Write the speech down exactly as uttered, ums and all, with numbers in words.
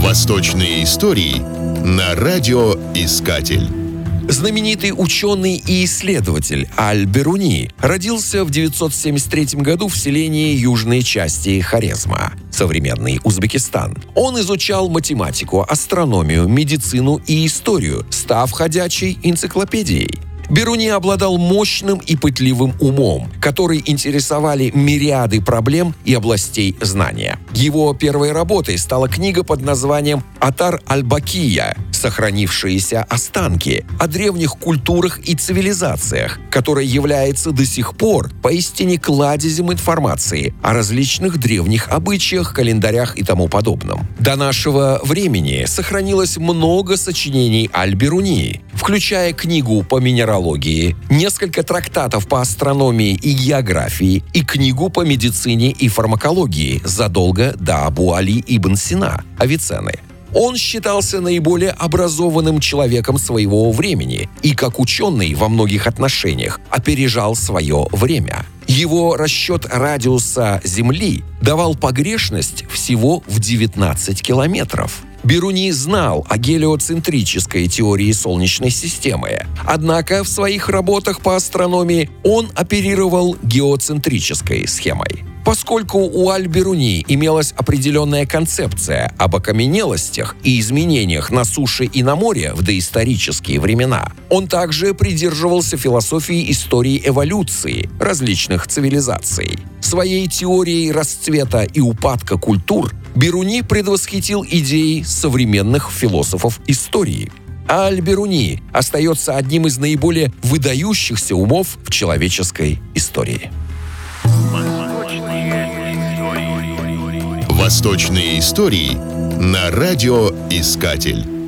Восточные истории на радиоискатель. Знаменитый ученый и исследователь Аль-Бируни родился в девятьсот семьдесят третьем году в селении южной части Хорезма, современный Узбекистан. Он изучал математику, астрономию, медицину и историю, став ходячей энциклопедией. Бируни обладал мощным и пытливым умом, который интересовали мириады проблем и областей знания. Его первой работой стала книга под названием «Атар аль-Бакия», сохранившиеся останки о древних культурах и цивилизациях, которая является до сих пор поистине кладезем информации о различных древних обычаях, календарях и тому подобном. До нашего времени сохранилось много сочинений Аль-Бируни, включая книгу по минералогии, несколько трактатов по астрономии и географии и книгу по медицине и фармакологии задолго до Абу Али ибн Сина, Авиценны. Он считался наиболее образованным человеком своего времени и, как ученый во многих отношениях, опережал свое время. Его расчет радиуса Земли давал погрешность всего в девятнадцать километров. Бируни знал о гелиоцентрической теории Солнечной системы, однако в своих работах по астрономии он оперировал геоцентрической схемой. Поскольку у Аль-Бируни имелась определенная концепция об окаменелостях и изменениях на суше и на море в доисторические времена, он также придерживался философии истории эволюции различных цивилизаций. Своей теорией расцвета и упадка культур Бируни предвосхитил идеи современных философов истории. Аль-Бируни остается одним из наиболее выдающихся умов в человеческой истории. Восточные истории на радиоискатель.